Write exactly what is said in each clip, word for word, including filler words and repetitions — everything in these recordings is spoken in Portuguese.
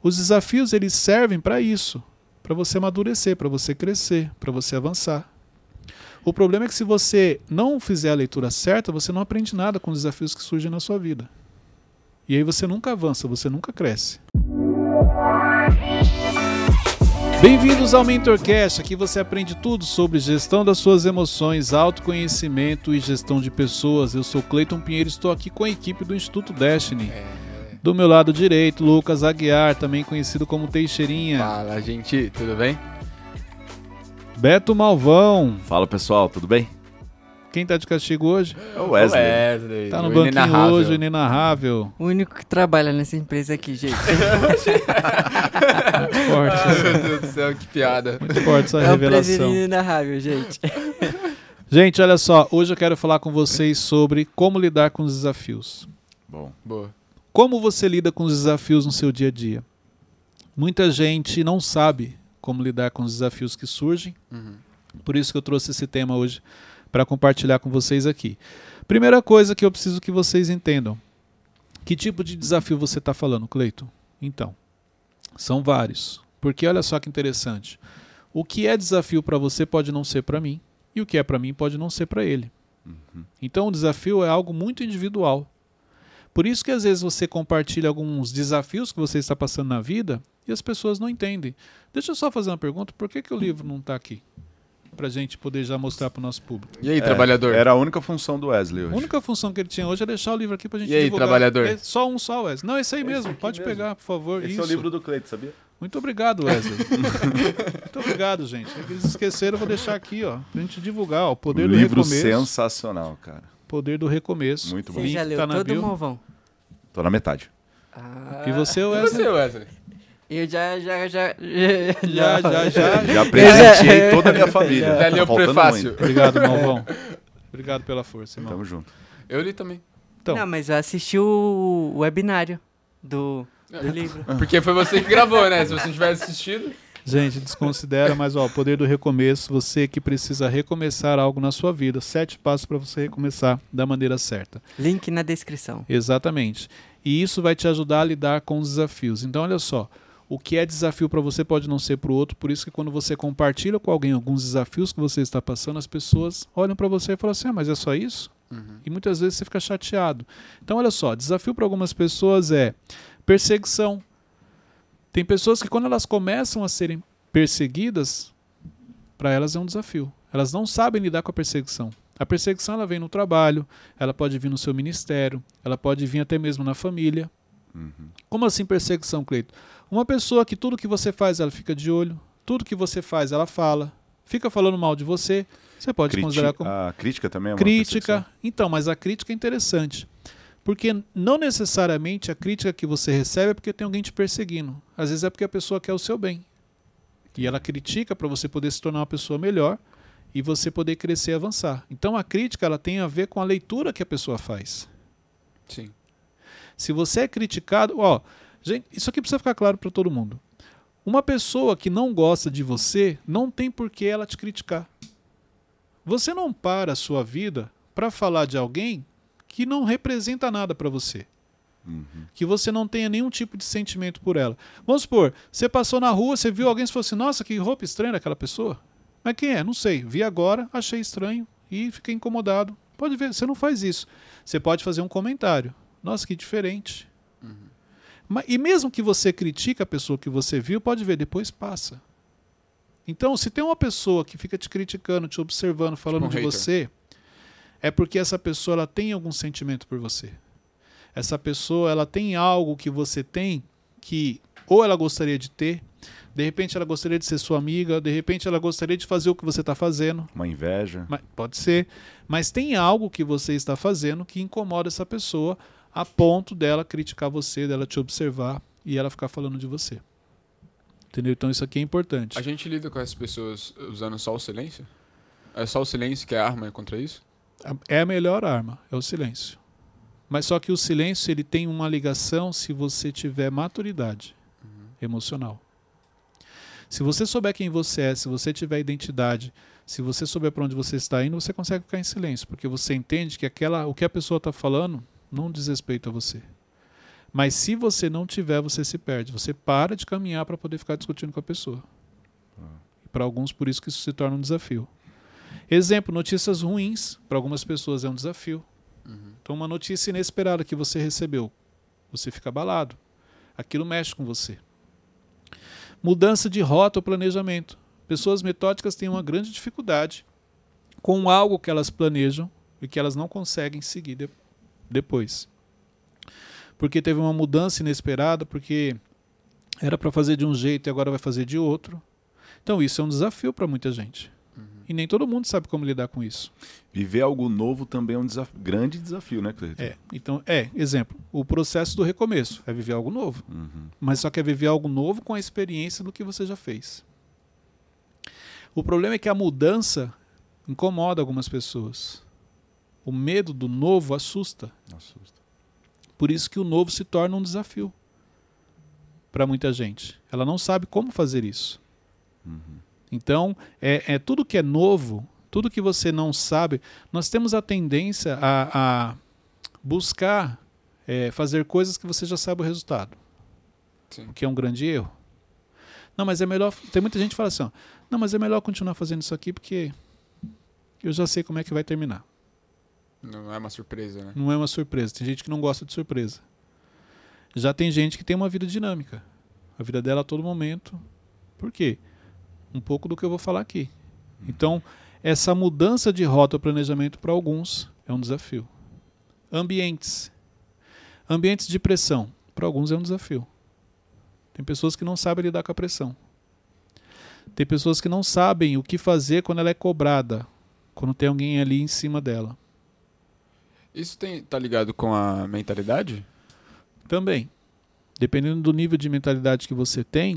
Os desafios, eles servem para isso, para você amadurecer, para você crescer, para você avançar. O problema é que se você não fizer a leitura certa, você não aprende nada com os desafios que surgem na sua vida. E aí você nunca avança, você nunca cresce. Bem-vindos ao MentorCast, aqui você aprende tudo sobre gestão das suas emoções, autoconhecimento e gestão de pessoas. Eu sou Cleiton Pinheiro e estou aqui com a equipe do Instituto Destiny. Do meu lado direito, Lucas Aguiar, também conhecido como Teixeirinha. Fala, gente, tudo bem? Beto Malvão. Fala, pessoal, tudo bem? Quem tá de castigo hoje? É o Wesley. Wesley. Tá no o banquinho inenarrável. hoje, o inenarrável. O único que trabalha nessa empresa aqui, gente. Muito forte. Ai, meu Deus do céu, que piada. Muito forte essa É um prazer revelação. inenarrável, gente. Gente, olha só, hoje eu quero falar com vocês sobre como lidar com os desafios. Bom, Boa. Como você lida com os desafios no seu dia a dia? Muita gente não sabe como lidar com os desafios que surgem, Uhum. por isso que eu trouxe esse tema hoje para compartilhar com vocês aqui. Primeira coisa que eu preciso que vocês entendam. Que tipo de desafio você está falando, Cleiton? Então, são vários. Porque olha só que interessante. O que é desafio para você pode não ser para mim, e o que é para mim pode não ser para ele. uhum. Então o desafio é algo muito individual. Por isso que às vezes você compartilha alguns desafios que você está passando na vida e as pessoas não entendem. Deixa eu só fazer uma pergunta, por que, que o livro não está aqui? Para a gente poder já mostrar para o nosso público. E aí, É, trabalhador? Era a única função do Wesley A hoje. única função que ele tinha hoje é deixar o livro aqui para a gente E aí, divulgar. trabalhador? É só um só, Wesley. Não, esse aí Esse mesmo, aqui pode mesmo. pegar, por favor. Esse Isso. é o livro do Cleiton, sabia? Muito obrigado, Wesley. Muito obrigado, gente. É que eles esqueceram, eu vou deixar aqui, ó, pra gente divulgar, ó, o poder do livro recomeço. sensacional, cara. Poder do recomeço. Muito bom. Você já Link leu tá na todo bio. o Malvão? Tô na metade. Ah, E você, E Wesley? você, Wesley? Eu já, já, já... Já, já, já. Já presenteei toda a minha família. Já Tá li o faltando prefácio. muito. Obrigado, Malvão. Obrigado pela força, irmão. Tamo junto. Eu li também. Então. Não, mas eu assisti o webinário do, do livro. Porque foi você que gravou, né? Se você não tivesse assistido... Gente, desconsidera, mas ó, poder do recomeço, você que precisa recomeçar algo na sua vida. Sete passos para você recomeçar da maneira certa. Link na descrição. Exatamente. E isso vai te ajudar a lidar com os desafios. Então, olha só, o que é desafio para você pode não ser para o outro, por isso que quando você compartilha com alguém alguns desafios que você está passando, as pessoas olham para você e falam assim, ah, mas é só isso? Uhum. E muitas vezes você fica chateado. Então, olha só, desafio para algumas pessoas é perseguição. Tem pessoas que quando elas começam a serem perseguidas, para elas é um desafio. Elas não sabem lidar com a perseguição. A perseguição ela vem no trabalho, ela pode vir no seu ministério, ela pode vir até mesmo na família. Uhum. Como assim perseguição, Cleiton? Uma pessoa que tudo que você faz, ela fica de olho, tudo que você faz, ela fala, fica falando mal de você, você pode Criti- considerar como A crítica também é uma crítica. percepção. Então, mas a crítica é interessante. Porque não necessariamente a crítica que você recebe é porque tem alguém te perseguindo. Às vezes é porque a pessoa quer o seu bem. E ela critica para você poder se tornar uma pessoa melhor e você poder crescer e avançar. Então a crítica ela tem a ver com a leitura que a pessoa faz. Sim. Se você é criticado, ó, gente, isso aqui precisa ficar claro para todo mundo. Uma pessoa que não gosta de você não tem por que ela te criticar. Você não para a sua vida para falar de alguém que não representa nada para você. Uhum. Que você não tenha nenhum tipo de sentimento por ela. Vamos supor, você passou na rua, você viu alguém e falou assim, nossa, que roupa estranha daquela pessoa. Mas quem é? Não sei. Vi agora, achei estranho e fiquei incomodado. Pode ver, você não faz isso. Você pode fazer um comentário. Nossa, que diferente. Uhum. Mas, e mesmo que você critique a pessoa que você viu, pode ver, depois passa. Então, se tem uma pessoa que fica te criticando, te observando, falando um de hater. você, é porque essa pessoa ela tem algum sentimento por você. Essa pessoa ela tem algo que você tem que ou ela gostaria de ter, de repente ela gostaria de ser sua amiga, de repente ela gostaria de fazer o que você está fazendo. Uma inveja. Mas- Pode ser, mas tem algo que você está fazendo que incomoda essa pessoa a ponto dela criticar você, dela te observar e ela ficar falando de você. Entendeu? Então isso aqui é importante. A gente lida com essas pessoas usando só o silêncio? É só o silêncio que é arma contra isso? É a melhor arma, é o silêncio. Mas só que o silêncio ele tem uma ligação se você tiver maturidade Uhum. emocional. Se você souber quem você é, se você tiver identidade, se você souber para onde você está indo, você consegue ficar em silêncio, porque você entende que aquela, o que a pessoa está falando não diz respeito a você. Mas se você não tiver, você se perde. Você para de caminhar para poder ficar discutindo com a pessoa. E para alguns, por isso que isso se torna um desafio. Exemplo, notícias ruins, para algumas pessoas é um desafio. Uhum. Então, uma notícia inesperada que você recebeu, você fica abalado. Aquilo mexe com você. Mudança de rota ou planejamento. Pessoas metódicas têm uma grande dificuldade com algo que elas planejam e que elas não conseguem seguir de- depois. Porque teve uma mudança inesperada, porque era para fazer de um jeito e agora vai fazer de outro. Então isso é um desafio para muita gente. Uhum. E nem todo mundo sabe como lidar com isso. Viver algo novo também é um desaf- grande desafio, né, Cleiton? É, então, é, exemplo, o processo do recomeço é viver algo novo. Uhum. Mas só que é viver algo novo com a experiência do que você já fez. O problema é que a mudança incomoda algumas pessoas. O medo do novo assusta. Assusta. Por isso que o novo se torna um desafio para muita gente. Ela não sabe como fazer isso. Uhum. Então, é, é tudo que é novo, tudo que você não sabe, nós temos a tendência a, a buscar é, fazer coisas que você já sabe o resultado. Sim. O que é um grande erro. Não, mas é melhor... Tem muita gente que fala assim, ó, não, mas é melhor continuar fazendo isso aqui porque eu já sei como é que vai terminar. Não é uma surpresa, né? Não é uma surpresa. Tem gente que não gosta de surpresa. Já tem gente que tem uma vida dinâmica. A vida dela a todo momento. Por quê? Um pouco do que eu vou falar aqui. Então, essa mudança de rota ou planejamento para alguns é um desafio. Ambientes. Ambientes de pressão. Para alguns é um desafio. Tem pessoas que não sabem lidar com a pressão. Tem pessoas que não sabem o que fazer quando ela é cobrada. Quando tem alguém ali em cima dela. Isso tem, tá ligado com a mentalidade? Também. Dependendo do nível de mentalidade que você tem,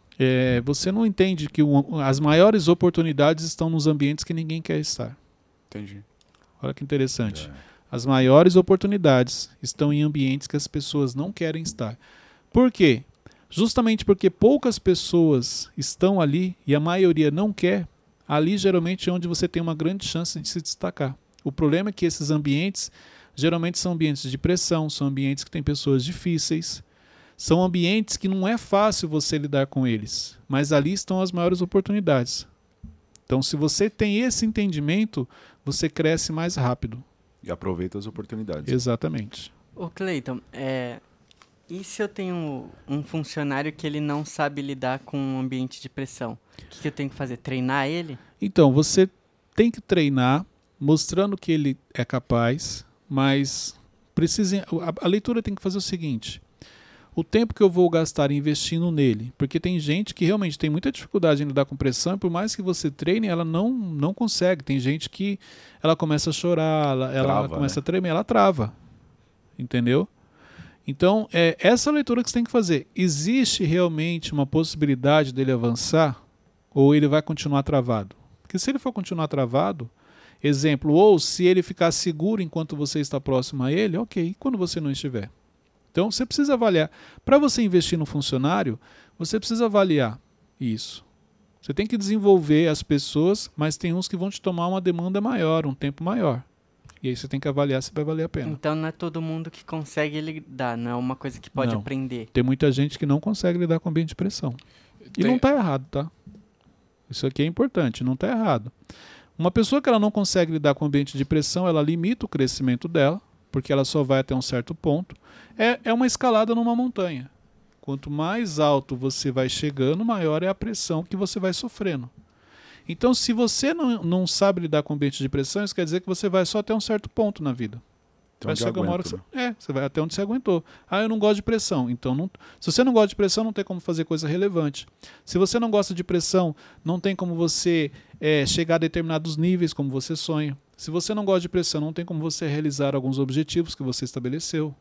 é, você não entende que o, as maiores oportunidades estão nos ambientes que ninguém quer estar. Entendi. Olha que interessante. É. As maiores oportunidades estão em ambientes que as pessoas não querem estar. Por quê? Justamente porque poucas pessoas estão ali e a maioria não quer, ali geralmente é onde você tem uma grande chance de se destacar. O problema é que esses ambientes geralmente são ambientes de pressão, são ambientes que têm pessoas difíceis, são ambientes que não é fácil você lidar com eles, mas ali estão as maiores oportunidades. Então, se você tem esse entendimento, você cresce mais rápido. E aproveita as oportunidades. Exatamente. Ô Cleiton, é, e se eu tenho um funcionário que ele não sabe lidar com um ambiente de pressão? O que, que eu tenho que fazer? Treinar ele? Então, você tem que treinar, mostrando que ele é capaz, mas precisa, a, a leitura tem que fazer o seguinte: o tempo que eu vou gastar investindo nele, porque tem gente que realmente tem muita dificuldade em lidar com pressão, e por mais que você treine, ela não, não consegue. Tem gente que ela começa a chorar, ela, ela Trava, começa né? a tremer, ela trava. Entendeu? Então, é essa leitura que você tem que fazer. Existe realmente uma possibilidade dele avançar ou ele vai continuar travado? Porque se ele for continuar travado, exemplo, ou se ele ficar seguro enquanto você está próximo a ele, ok, e quando você não estiver? Então, você precisa avaliar. Para você investir no funcionário, você precisa avaliar isso. Você tem que desenvolver as pessoas, mas tem uns que vão te tomar uma demanda maior, um tempo maior. E aí você tem que avaliar se vai valer a pena. Então não é todo mundo que consegue lidar, não é uma coisa que pode Não. aprender. Tem muita gente que não consegue lidar com o ambiente de pressão. E Tem- não está errado, tá? Isso aqui é importante, não está errado. Uma pessoa que ela não consegue lidar com o ambiente de pressão, ela limita o crescimento dela, porque ela só vai até um certo ponto. É, é uma escalada numa montanha. Quanto mais alto você vai chegando, maior é a pressão que você vai sofrendo. Então, se você não, não sabe lidar com o ambiente de pressão, isso quer dizer que você vai só até um certo ponto na vida. Então, Vai já chegar uma hora que aguenta, você, é, você vai até onde você aguentou. Ah, eu não gosto de pressão. Então, não, se você não gosta de pressão, não tem como fazer coisa relevante. Se você não gosta de pressão, não tem como você é, chegar a determinados níveis como você sonha. Se você não gosta de pressão, não tem como você realizar alguns objetivos que você estabeleceu.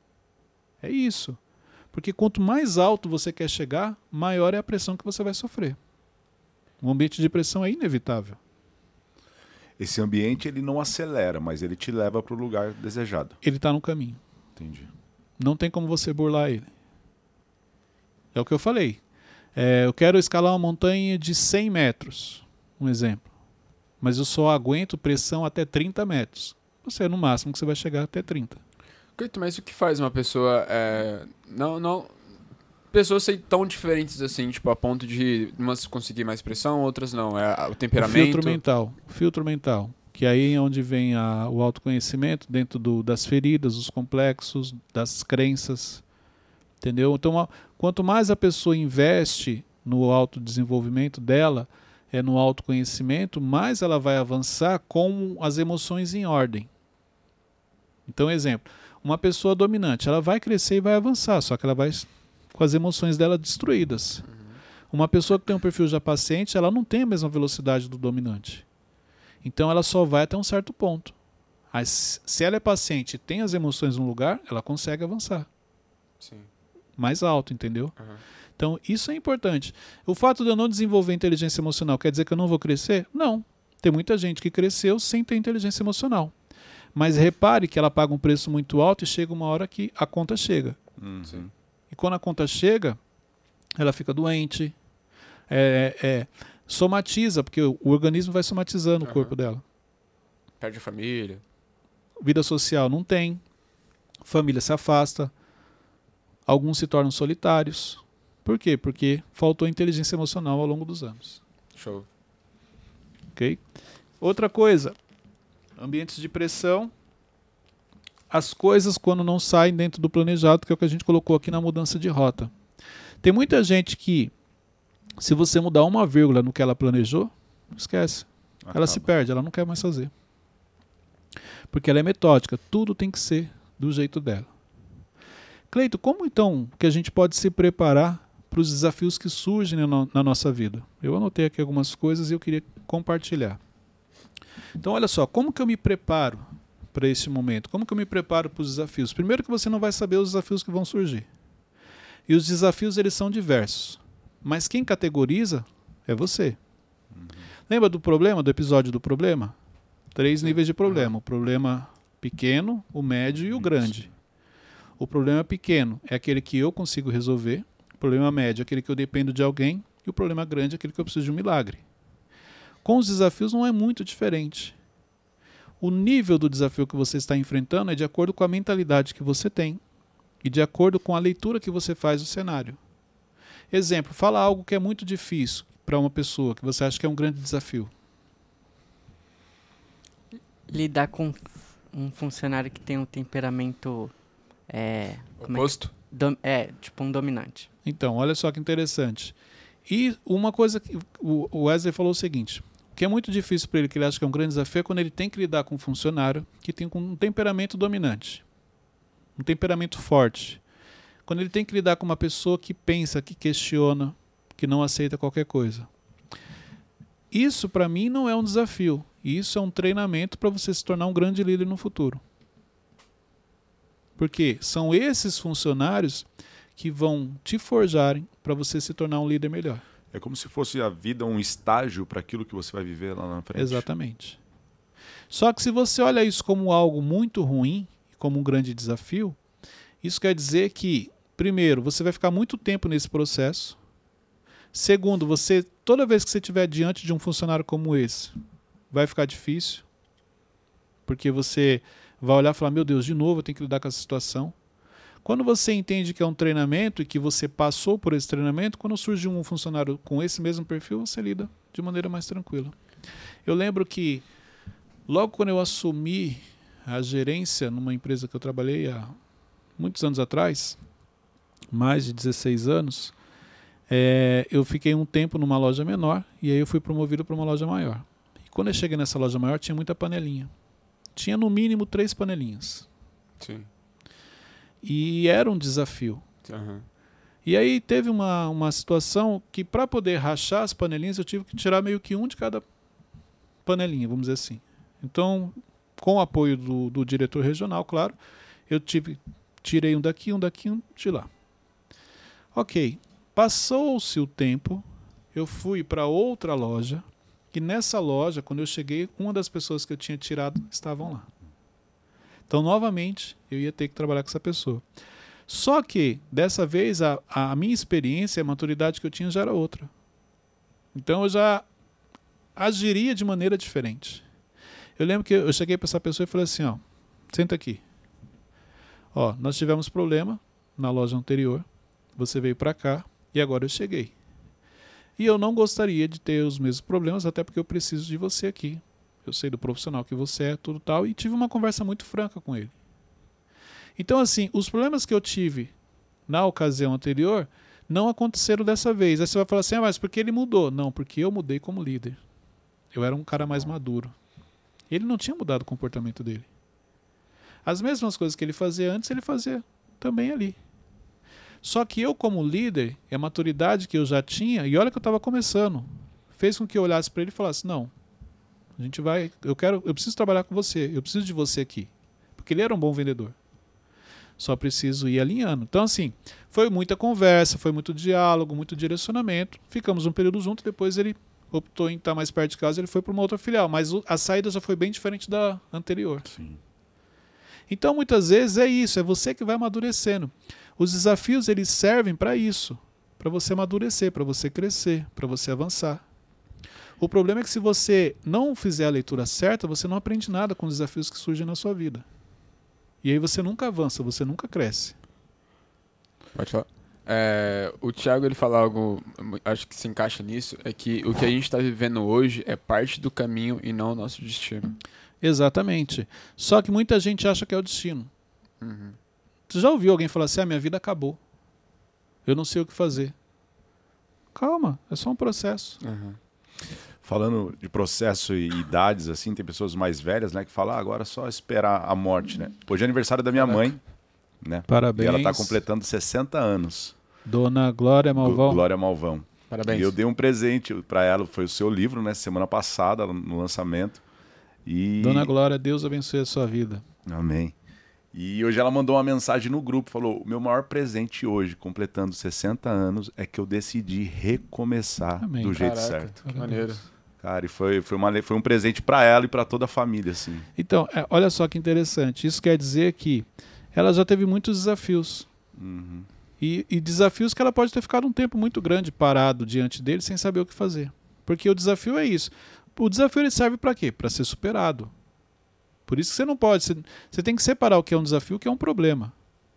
É isso. Porque quanto mais alto você quer chegar, maior é a pressão que você vai sofrer. O ambiente de pressão é inevitável. Esse ambiente ele não acelera, mas ele te leva para o lugar desejado. Ele está no caminho. Entendi. Não tem como você burlar ele. É o que eu falei. É, eu quero escalar uma montanha de cem metros, um exemplo. Mas eu só aguento pressão até trinta metros. Você é no máximo que você vai chegar até trinta. Cleiton, mas o que faz uma pessoa... É, não, não... Pessoas serem tão diferentes assim, tipo, a ponto de umas conseguir mais pressão, outras não. É o temperamento... O filtro mental. O filtro mental. Que aí é onde vem a, o autoconhecimento, dentro do, das feridas, dos complexos, das crenças. Entendeu? Então, a, quanto mais a pessoa investe no autodesenvolvimento dela, é no autoconhecimento, mais ela vai avançar com as emoções em ordem. Então, exemplo, uma pessoa dominante, ela vai crescer e vai avançar, só que ela vai com as emoções dela destruídas. Uhum. Uma pessoa que tem um perfil já paciente, ela não tem a mesma velocidade do dominante. Então, ela só vai até um certo ponto. Mas, se ela é paciente e tem as emoções no lugar, ela consegue avançar. Sim. Mais alto, entendeu? Uhum. Então, isso é importante. O fato de eu não desenvolver inteligência emocional quer dizer que eu não vou crescer? Não. Tem muita gente que cresceu sem ter inteligência emocional. Mas repare que ela paga um preço muito alto e chega uma hora que a conta chega. Uhum. E quando a conta chega, ela fica doente, é, é, somatiza, porque o, o organismo vai somatizando uhum. o corpo dela. Perde a família. Vida social não tem. Família se afasta. Alguns se tornam solitários. Por quê? Porque faltou inteligência emocional ao longo dos anos. Show. Ok? Outra coisa, ambientes de pressão, as coisas quando não saem dentro do planejado, que é o que a gente colocou aqui na mudança de rota. Tem muita gente que, se você mudar uma vírgula no que ela planejou, esquece. Acaba. Ela se perde, ela não quer mais fazer. Porque ela é metódica, tudo tem que ser do jeito dela. Cleiton, como então que a gente pode se preparar para os desafios que surgem na, na nossa vida? Eu anotei aqui algumas coisas e eu queria compartilhar. Então, olha só, como que eu me preparo para esse momento? Como que eu me preparo para os desafios? Primeiro que você não vai saber os desafios que vão surgir. E os desafios, eles são diversos. Mas quem categoriza é você. Uhum. Lembra do problema, do episódio do problema? Três níveis de problema. O problema pequeno, o médio e o grande. O problema pequeno é aquele que eu consigo resolver. O problema médio é aquele que eu dependo de alguém. E o problema grande é aquele que eu preciso de um milagre. Com os desafios não é muito diferente. O nível do desafio que você está enfrentando é de acordo com a mentalidade que você tem e de acordo com a leitura que você faz do cenário. Exemplo, fala algo que é muito difícil para uma pessoa, que você acha que é um grande desafio. Lidar com um funcionário que tem um temperamento... É, oposto? É, que, é, tipo um dominante. Então, olha só que interessante. E uma coisa que o Wesley falou o seguinte, o que é muito difícil para ele, que ele acha que é um grande desafio, é quando ele tem que lidar com um funcionário que tem um temperamento dominante, um temperamento forte. Quando ele tem que lidar com uma pessoa que pensa, que questiona, que não aceita qualquer coisa. Isso, para mim, não é um desafio. Isso é um treinamento para você se tornar um grande líder no futuro. Porque são esses funcionários que vão te forjarem para você se tornar um líder melhor. É como se fosse a vida um estágio para aquilo que você vai viver lá na frente. Exatamente. Só que se você olha isso como algo muito ruim, como um grande desafio, isso quer dizer que, primeiro, você vai ficar muito tempo nesse processo. Segundo, você, toda vez que você estiver diante de um funcionário como esse, vai ficar difícil. Porque você vai olhar e falar, meu Deus, de novo eu tenho que lidar com essa situação. Quando você entende que é um treinamento e que você passou por esse treinamento, quando surge um funcionário com esse mesmo perfil, você lida de maneira mais tranquila. Eu lembro que, logo quando eu assumi a gerência numa empresa que eu trabalhei há muitos anos atrás, mais de dezesseis anos, é, eu fiquei um tempo numa loja menor e aí eu fui promovido para uma loja maior. E quando eu cheguei nessa loja maior, tinha muita panelinha. Tinha no mínimo três panelinhas. Sim. E era um desafio. Uhum. E aí teve uma, uma situação que, para poder rachar as panelinhas, eu tive que tirar meio que um de cada panelinha, vamos dizer assim. Então, com o apoio do, do diretor regional, claro, eu tive, tirei um daqui, um daqui, um de lá. Ok. Passou-se o tempo, eu fui para outra loja, e nessa loja, quando eu cheguei, uma das pessoas que eu tinha tirado estavam lá. Então, novamente, eu ia ter que trabalhar com essa pessoa. Só que, dessa vez, a, a minha experiência, a maturidade que eu tinha já era outra. Então, eu já agiria de maneira diferente. Eu lembro que eu cheguei para essa pessoa e falei assim, ó, senta aqui. Ó, nós tivemos problema na loja anterior, você veio para cá e agora eu cheguei. E eu não gostaria de ter os mesmos problemas, até porque eu preciso de você aqui. Eu sei do profissional que você é, tudo tal, e tive uma conversa muito franca com ele. Então, assim, os problemas que eu tive na ocasião anterior não aconteceram dessa vez. Aí você vai falar assim, ah, mas por que ele mudou? Não, porque eu mudei como líder. Eu era um cara mais maduro. Ele não tinha mudado o comportamento dele. As mesmas coisas que ele fazia antes, ele fazia também ali. Só que eu, como líder, e a maturidade que eu já tinha, e olha que eu estava começando, fez com que eu olhasse para ele e falasse, não, a gente vai, eu quero, eu preciso trabalhar com você, eu preciso de você aqui. Porque ele era um bom vendedor. Só preciso ir alinhando. Então, assim, foi muita conversa, foi muito diálogo, muito direcionamento. Ficamos um período junto, depois ele optou em estar mais perto de casa, ele foi para uma outra filial. Mas a saída já foi bem diferente da anterior. Sim. Então, muitas vezes é isso, é você que vai amadurecendo. Os desafios, eles servem para isso, para você amadurecer, para você crescer, para você avançar. O problema é que se você não fizer a leitura certa, você não aprende nada com os desafios que surgem na sua vida. E aí você nunca avança, você nunca cresce. Pode falar. É, o Thiago, ele fala algo, acho que se encaixa nisso, é que o que a gente está vivendo hoje é parte do caminho e não o nosso destino. Exatamente. Só que muita gente acha que é o destino. Uhum. Você já ouviu alguém falar assim, ah, minha vida acabou. Eu não sei o que fazer. Calma, é só um processo. Uhum. Falando de processo e idades, assim, tem pessoas mais velhas, né, que falam, ah, agora é só esperar a morte, né? Hoje é aniversário da minha mãe, né? Parabéns. E ela está completando sessenta anos. Dona Glória Malvão. Glória Malvão. Parabéns. E eu dei um presente para ela, foi o seu livro, né, semana passada, no lançamento. E... Dona Glória, Deus abençoe a sua vida. Amém. E hoje ela mandou uma mensagem no grupo, falou, o meu maior presente hoje, completando sessenta anos, é que eu decidi recomeçar Amém. do jeito Caraca, certo. que maneiro. Cara, e foi, foi, uma, foi um presente para ela e para toda a família, assim. Então, é, olha só que interessante. Isso quer dizer que ela já teve muitos desafios. Uhum. E, e desafios que ela pode ter ficado um tempo muito grande parado diante dele sem saber o que fazer. Porque o desafio é isso. O desafio ele serve para quê? Para ser superado. Por isso que você não pode... Você, você tem que separar o que é um desafio e o que é um problema.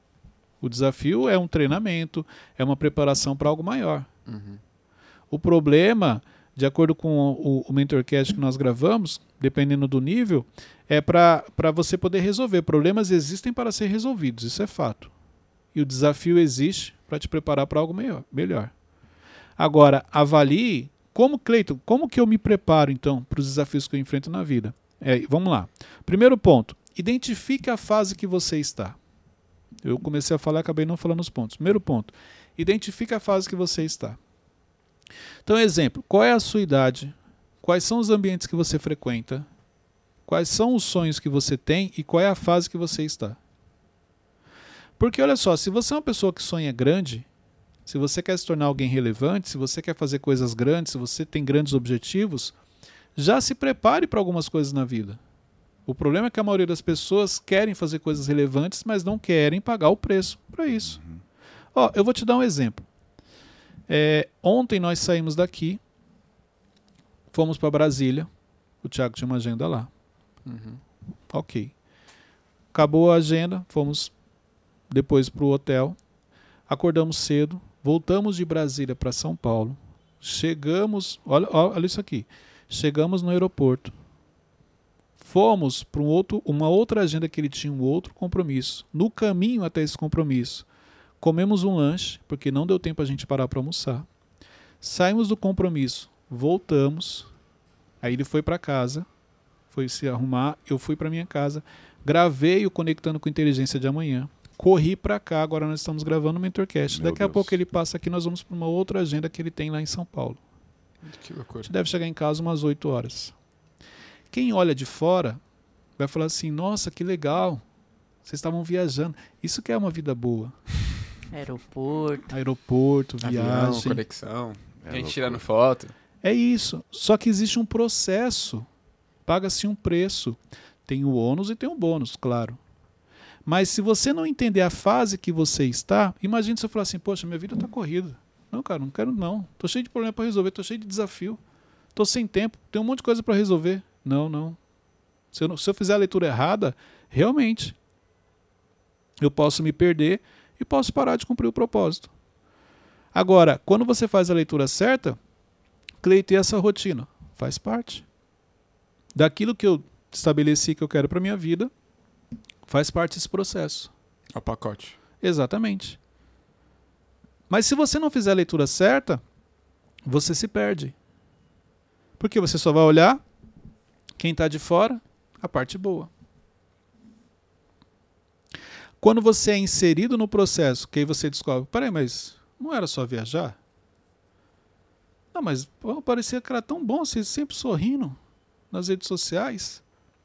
O desafio é um treinamento, é uma preparação para algo maior. Uhum. O problema, de acordo com o, o Mentorcast que nós gravamos, dependendo do nível, é para você poder resolver. Problemas existem para ser resolvidos, isso é fato. E o desafio existe para te preparar para algo melhor, melhor. Agora, avalie como, Cleiton, como que eu me preparo, então, para os desafios que eu enfrento na vida. É, vamos lá. Primeiro ponto, identifique a fase que você está. Eu comecei a falar e acabei não falando os pontos. Primeiro ponto, identifique a fase que você está. Então, exemplo, qual é a sua idade? Quais são os ambientes que você frequenta? Quais são os sonhos que você tem e qual é a fase que você está? Porque, olha só, se você é uma pessoa que sonha grande, se você quer se tornar alguém relevante, se você quer fazer coisas grandes, se você tem grandes objetivos, já se prepare para algumas coisas na vida. O problema é que a maioria das pessoas querem fazer coisas relevantes, mas não querem pagar o preço para isso. Uhum. Ó, eu vou te dar um exemplo. É, ontem nós saímos daqui, fomos para Brasília, o Thiago tinha uma agenda lá. Uhum. Ok. Acabou a agenda, fomos depois para o hotel, acordamos cedo, voltamos de Brasília para São Paulo, chegamos, olha, olha isso aqui, chegamos no aeroporto, fomos para um outro, uma outra agenda que ele tinha, um outro compromisso. No caminho até esse compromisso, comemos um lanche, porque não deu tempo a gente parar para almoçar. Saímos do compromisso, voltamos, aí ele foi para casa, foi se arrumar, eu fui para minha casa, gravei o Conectando com Inteligência de amanhã, corri para cá, agora nós estamos gravando o Mentorcast. Meu Daqui a Deus. pouco ele passa aqui, nós vamos para uma outra agenda que ele tem lá em São Paulo. Que A loucura. gente deve chegar em casa umas oito horas. Quem olha de fora vai falar assim, nossa, que legal, vocês estavam viajando. Isso que é uma vida boa. Aeroporto. Aeroporto, Avião, viagem. conexão, É gente loucura. tirando foto. É isso. Só que existe um processo. Paga-se um preço. Tem o ônus e tem o bônus, claro. Mas se você não entender a fase que você está, imagine se eu falar assim, poxa, minha vida está corrida. Não, cara, não quero não. Estou cheio de problema para resolver, estou cheio de desafio. Estou sem tempo, tem um monte de coisa para resolver. Não, não. Se eu, não. se eu fizer a leitura errada, realmente, eu posso me perder e posso parar de cumprir o propósito. Agora, quando você faz a leitura certa, Cleiton, e essa rotina faz parte daquilo que eu estabeleci que eu quero para minha vida, faz parte desse processo. É o pacote. Exatamente. Mas se você não fizer a leitura certa, você se perde. Porque você só vai olhar quem está de fora, a parte boa. Quando você é inserido no processo, que aí você descobre, peraí, mas não era só viajar? Não, mas pô, parecia que era tão bom, você sempre sorrindo nas redes sociais,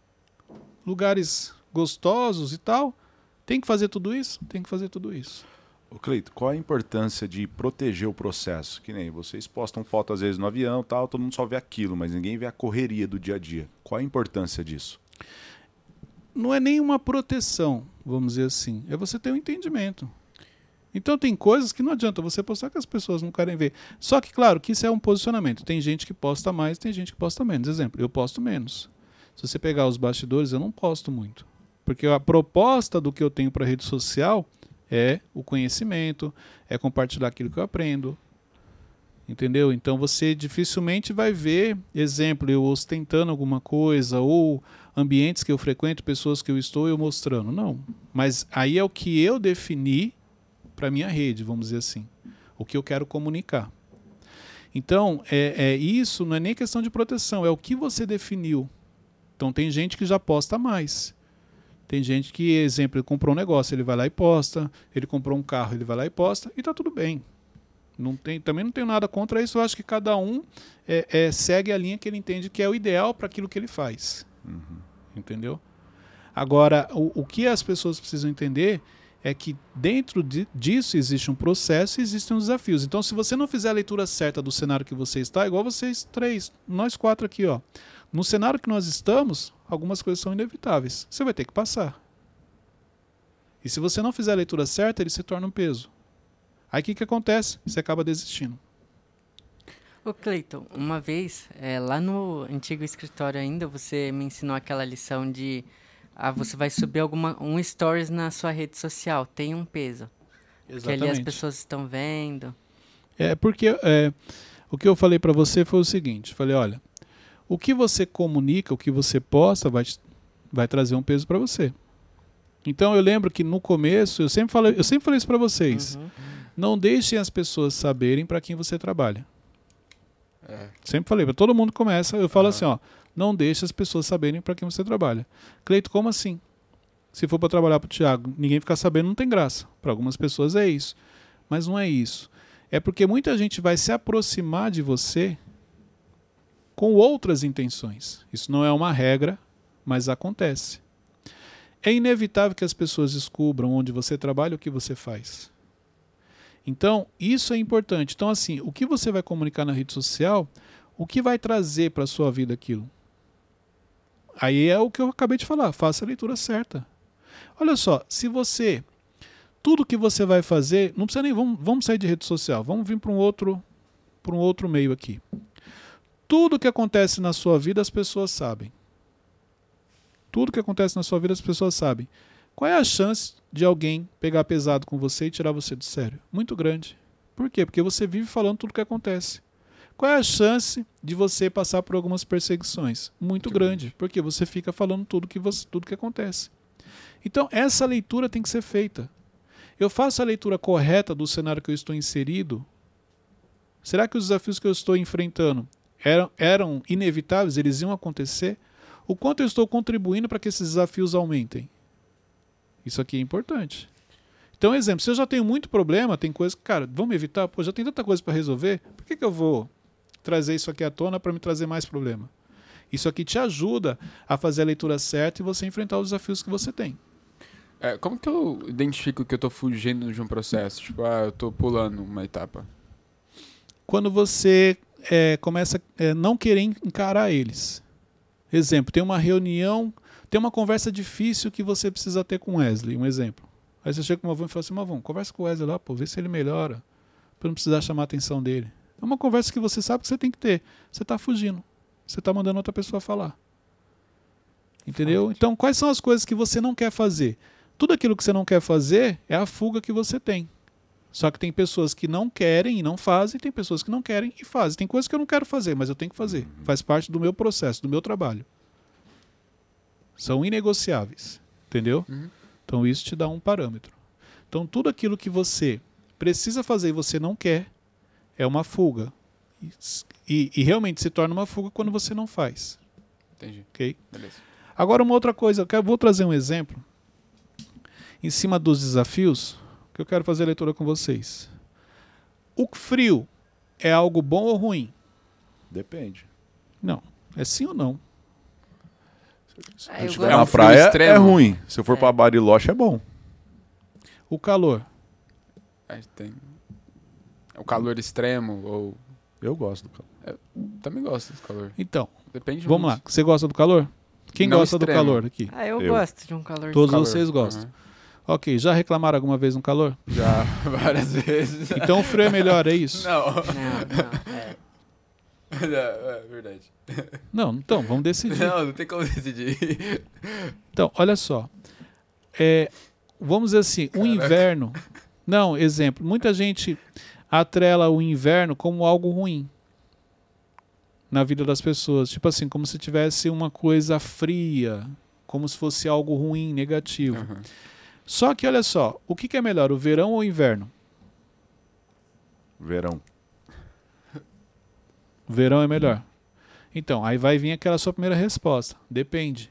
lugares gostosos e tal. Tem que fazer tudo isso? Tem que fazer tudo isso. Ô Cleito, qual a importância de proteger o processo? Que nem vocês postam foto às vezes no avião, tal, todo mundo só vê aquilo, mas ninguém vê a correria do dia a dia. Qual a importância disso? Não é nenhuma proteção, vamos dizer assim. É você ter um entendimento. Então tem coisas que não adianta você postar que as pessoas não querem ver. Só que, claro, que isso é um posicionamento. Tem gente que posta mais, tem gente que posta menos. Exemplo, eu posto menos. Se você pegar os bastidores, eu não posto muito. Porque a proposta do que eu tenho para a rede social é o conhecimento, é compartilhar aquilo que eu aprendo. Entendeu? Então você dificilmente vai ver, exemplo, eu ostentando alguma coisa, ou ambientes que eu frequento, pessoas que eu estou, eu mostrando. Não. Mas aí é o que eu defini para a minha rede, vamos dizer assim. O que eu quero comunicar. Então, é, é, isso não é nem questão de proteção, é o que você definiu. Então tem gente que já posta mais. Tem gente que, exemplo, ele comprou um negócio, ele vai lá e posta. Ele comprou um carro, ele vai lá e posta. E tá tudo bem. Não tem, também não tenho nada contra isso. Eu acho que cada um é, é, segue a linha que ele entende que é o ideal para aquilo que ele faz. Uhum. Entendeu? Agora, o, o que as pessoas precisam entender é que dentro de, disso existe um processo e existem os desafios. Então, se você não fizer a leitura certa do cenário que você está, igual vocês três, nós quatro aqui, ó. No cenário que nós estamos, algumas coisas são inevitáveis. Você vai ter que passar. E se você não fizer a leitura certa, ele se torna um peso. Aí o que, que acontece? Você acaba desistindo. Ô Cleiton, uma vez, é, lá no antigo escritório ainda, você me ensinou aquela lição de ah, você vai subir alguma, um stories na sua rede social, tem um peso. Exatamente. Porque ali as pessoas estão vendo. É porque é, o que eu falei para você foi o seguinte, falei, olha, o que você comunica, o que você posta, vai, vai trazer um peso para você. Então eu lembro que no começo, eu sempre falei, eu sempre falei isso para vocês, Uhum. não deixem as pessoas saberem para quem você trabalha. É. Sempre falei, para todo mundo que começa, eu falo Uhum. assim, ó, não deixe as pessoas saberem para quem você trabalha. Cleito, como assim? Se for para trabalhar para o Thiago, ninguém ficar sabendo, não tem graça. Para algumas pessoas é isso. Mas não é isso. É porque muita gente vai se aproximar de você com outras intenções. Isso não é uma regra, mas acontece. É inevitável que as pessoas descubram onde você trabalha e o que você faz. Então, isso é importante. Então, assim, o que você vai comunicar na rede social, o que vai trazer para a sua vida aquilo? Aí é o que eu acabei de falar, faça a leitura certa. Olha só, se você, tudo que você vai fazer, não precisa nem, vamos, vamos sair de rede social, vamos vir para um outro, para um outro meio aqui. Tudo que acontece na sua vida as pessoas sabem. Tudo que acontece na sua vida as pessoas sabem. Qual é a chance de alguém pegar pesado com você e tirar você do sério? Muito grande. Por quê? Porque você vive falando tudo o que acontece. Qual é a chance de você passar por algumas perseguições? Muito, Muito grande, grande, porque você fica falando tudo que, você, tudo que acontece. Então, essa leitura tem que ser feita. Eu faço a leitura correta do cenário que eu estou inserido? Será que os desafios que eu estou enfrentando eram, eram inevitáveis? Eles iam acontecer? O quanto eu estou contribuindo para que esses desafios aumentem? Isso aqui é importante. Então, exemplo, se eu já tenho muito problema, tem coisa que, cara, vamos evitar? Pô, já tem tanta coisa para resolver, por que, que eu vou trazer isso aqui à tona para me trazer mais problema? Isso aqui te ajuda a fazer a leitura certa e você enfrentar os desafios que você tem. É, como que eu identifico que eu tô fugindo de um processo? Tipo, ah, eu tô pulando uma etapa. Quando você é, começa a é, não querer encarar eles. Exemplo, tem uma reunião, tem uma conversa difícil que você precisa ter com o Wesley, um exemplo. Aí você chega com o Mavon e fala assim, Mavon, conversa com o Wesley lá, pô, vê se ele melhora, para não precisar chamar a atenção dele. É uma conversa que você sabe que você tem que ter. Você está fugindo. Você está mandando outra pessoa falar. Entendeu? Então, quais são as coisas que você não quer fazer? Tudo aquilo que você não quer fazer é a fuga que você tem. Só que tem pessoas que não querem e não fazem, tem pessoas que não querem e fazem. Tem coisas que eu não quero fazer, mas eu tenho que fazer. Faz parte do meu processo, do meu trabalho. São inegociáveis, entendeu? Uhum. Então isso te dá um parâmetro. Então tudo aquilo que você precisa fazer e você não quer é uma fuga. E, e realmente se torna uma fuga quando você não faz. Entendi. Ok? Beleza. Agora uma outra coisa, eu quero, vou trazer um exemplo em cima dos desafios que eu quero fazer a leitura com vocês. O frio é algo bom ou ruim? Depende. Não. É sim ou não? Se Ah, eu eu estiver gosto- na É um frio praia, extremo. é ruim. Se eu for É. pra Bariloche, é bom. O calor. É, tem o calor extremo, ou... Eu gosto do calor. Também gosto desse calor. Então, Depende vamos lá. muito. Você gosta do calor? Quem Não gosta do extremo. calor aqui? Ah, eu, Eu. gosto de um calor. Todos Calor. vocês gostam. Uhum. Ok, já reclamaram alguma vez no calor? Já, várias vezes. Então o frio é melhor, é isso? Não. Não, não. É. É, é verdade. Não, então, vamos decidir. Não, não tem como decidir. Então, olha só. É, vamos dizer assim, o inverno... Não, exemplo. Muita gente atrela o inverno como algo ruim na vida das pessoas. Tipo assim, como se tivesse uma coisa fria, como se fosse algo ruim, negativo. Uhum. Só que, olha só, o que, que é melhor, o verão ou o inverno? Verão. O verão é melhor. Então, aí vai vir aquela sua primeira resposta. Depende.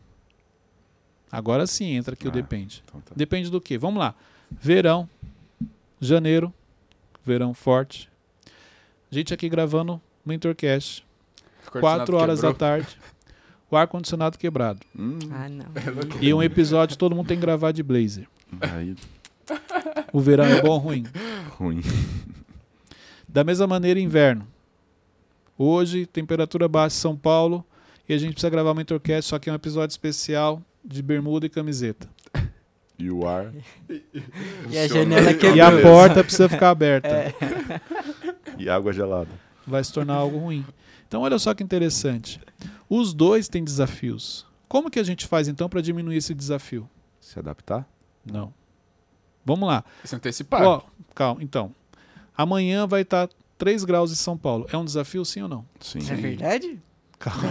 Agora sim entra aqui o Ah. depende. Então tá. Depende do quê? Vamos lá. Verão, janeiro, verão forte. Gente aqui gravando Mentorcast. Quatro horas da tarde. O ar-condicionado quebrado. Hum, Ah, não. E um episódio todo mundo tem que gravar de blazer. aí, O verão é bom ou ruim? ruim. Da mesma maneira, inverno. Hoje, temperatura baixa em São Paulo. E a gente precisa gravar o Mentorcast, só que é um episódio especial de bermuda e camiseta. E o ar. E a janela E quebrou. a porta precisa ficar aberta. E água gelada. Vai se tornar algo ruim. Então, olha só que interessante. Os dois têm desafios. Como que a gente faz, então, para diminuir esse desafio? Se adaptar? Não. Vamos lá. Se antecipar. Ó, calma, então. Amanhã vai estar três graus em São Paulo. É um desafio, sim ou não? Sim. É verdade? Calma.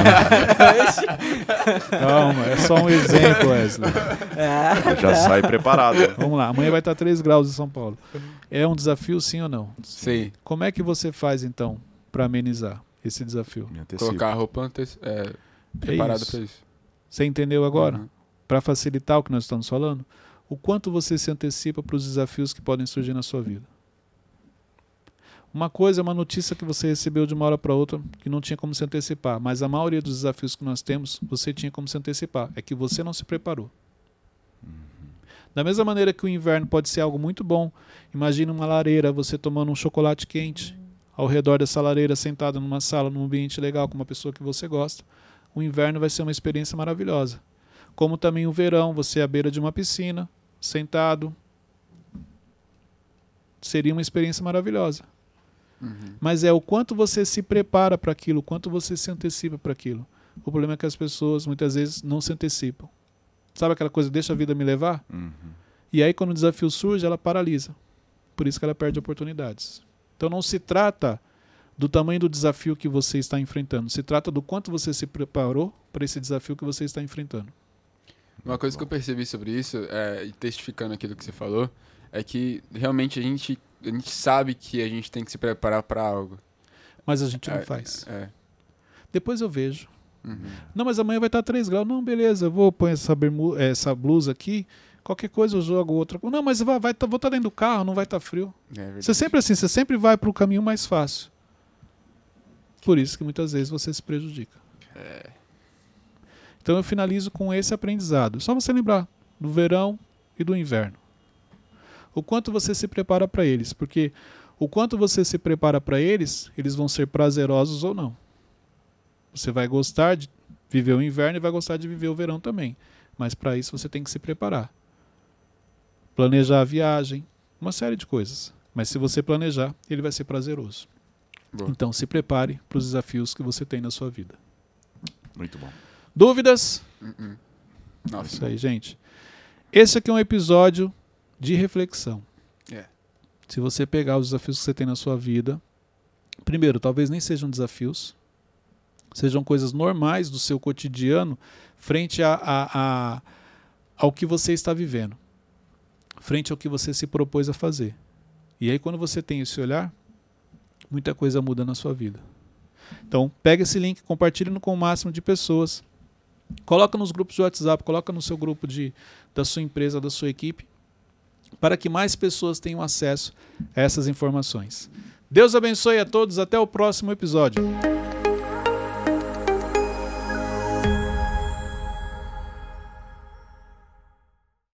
Calma, é só um exemplo, Wesley. Ah, Já sai preparado. Vamos lá, amanhã vai estar três graus em São Paulo. É um desafio, sim ou não? Sim. Como é que você faz, então, para amenizar esse desafio? Me antecipo. Colocar a roupa antes, é, preparada isso. pra isso. Você entendeu agora? Uhum. Para facilitar o que nós estamos falando, o quanto você se antecipa para os desafios que podem surgir na sua vida. Uma coisa é uma notícia que você recebeu de uma hora para outra que não tinha como se antecipar, mas a maioria dos desafios que nós temos, você tinha como se antecipar. É que você não se preparou. Da mesma maneira que o inverno pode ser algo muito bom, imagine uma lareira, você tomando um chocolate quente, ao redor dessa lareira, sentado numa sala, num ambiente legal, com uma pessoa que você gosta. O inverno vai ser uma experiência maravilhosa. Como também o verão, você à beira de uma piscina, sentado, seria uma experiência maravilhosa. Uhum. Mas é o quanto você se prepara para aquilo, o quanto você se antecipa para aquilo. O problema é que as pessoas muitas vezes não se antecipam. Sabe aquela coisa, deixa a vida me levar? Uhum. E aí quando o desafio surge, ela paralisa. Por isso que ela perde oportunidades. Então não se trata do tamanho do desafio que você está enfrentando. Se trata do quanto você se preparou para esse desafio que você está enfrentando. Uma coisa que eu percebi sobre isso, é, e testificando aquilo que você falou, é que realmente a gente, a gente sabe que a gente tem que se preparar para algo. Mas a gente não É, faz. É. Depois eu vejo. Uhum. Não, mas amanhã vai estar três graus. Não, beleza, eu vou pôr essa, bermu essa blusa aqui. Qualquer coisa eu jogo outra. Não, mas vai, vai tá, vou estar dentro do carro, não vai estar frio. É verdade. Você sempre assim, você sempre vai para o caminho mais fácil. Por isso que muitas vezes você se prejudica. É. Então eu finalizo com esse aprendizado. Só você lembrar do verão e do inverno. O quanto você se prepara para eles. Porque o quanto você se prepara para eles, eles vão ser prazerosos ou não. Você vai gostar de viver o inverno e vai gostar de viver o verão também. Mas para isso você tem que se preparar. Planejar a viagem, uma série de coisas. Mas se você planejar, ele vai ser prazeroso. Boa. Então se prepare para os desafios que você tem na sua vida. Muito bom. Dúvidas? Uhum. Isso Nossa. aí, gente. esse aqui é um episódio de reflexão. É. Se você pegar os desafios que você tem na sua vida, primeiro, talvez nem sejam desafios, sejam coisas normais do seu cotidiano frente a, a, a, ao que você está vivendo, frente ao que você se propôs a fazer. E aí, quando você tem esse olhar, muita coisa muda na sua vida. Então, pega esse link, compartilhe com o máximo de pessoas, coloca nos grupos de WhatsApp, coloca no seu grupo de, da sua empresa, da sua equipe, para que mais pessoas tenham acesso a essas informações. Deus abençoe a todos, até o próximo episódio.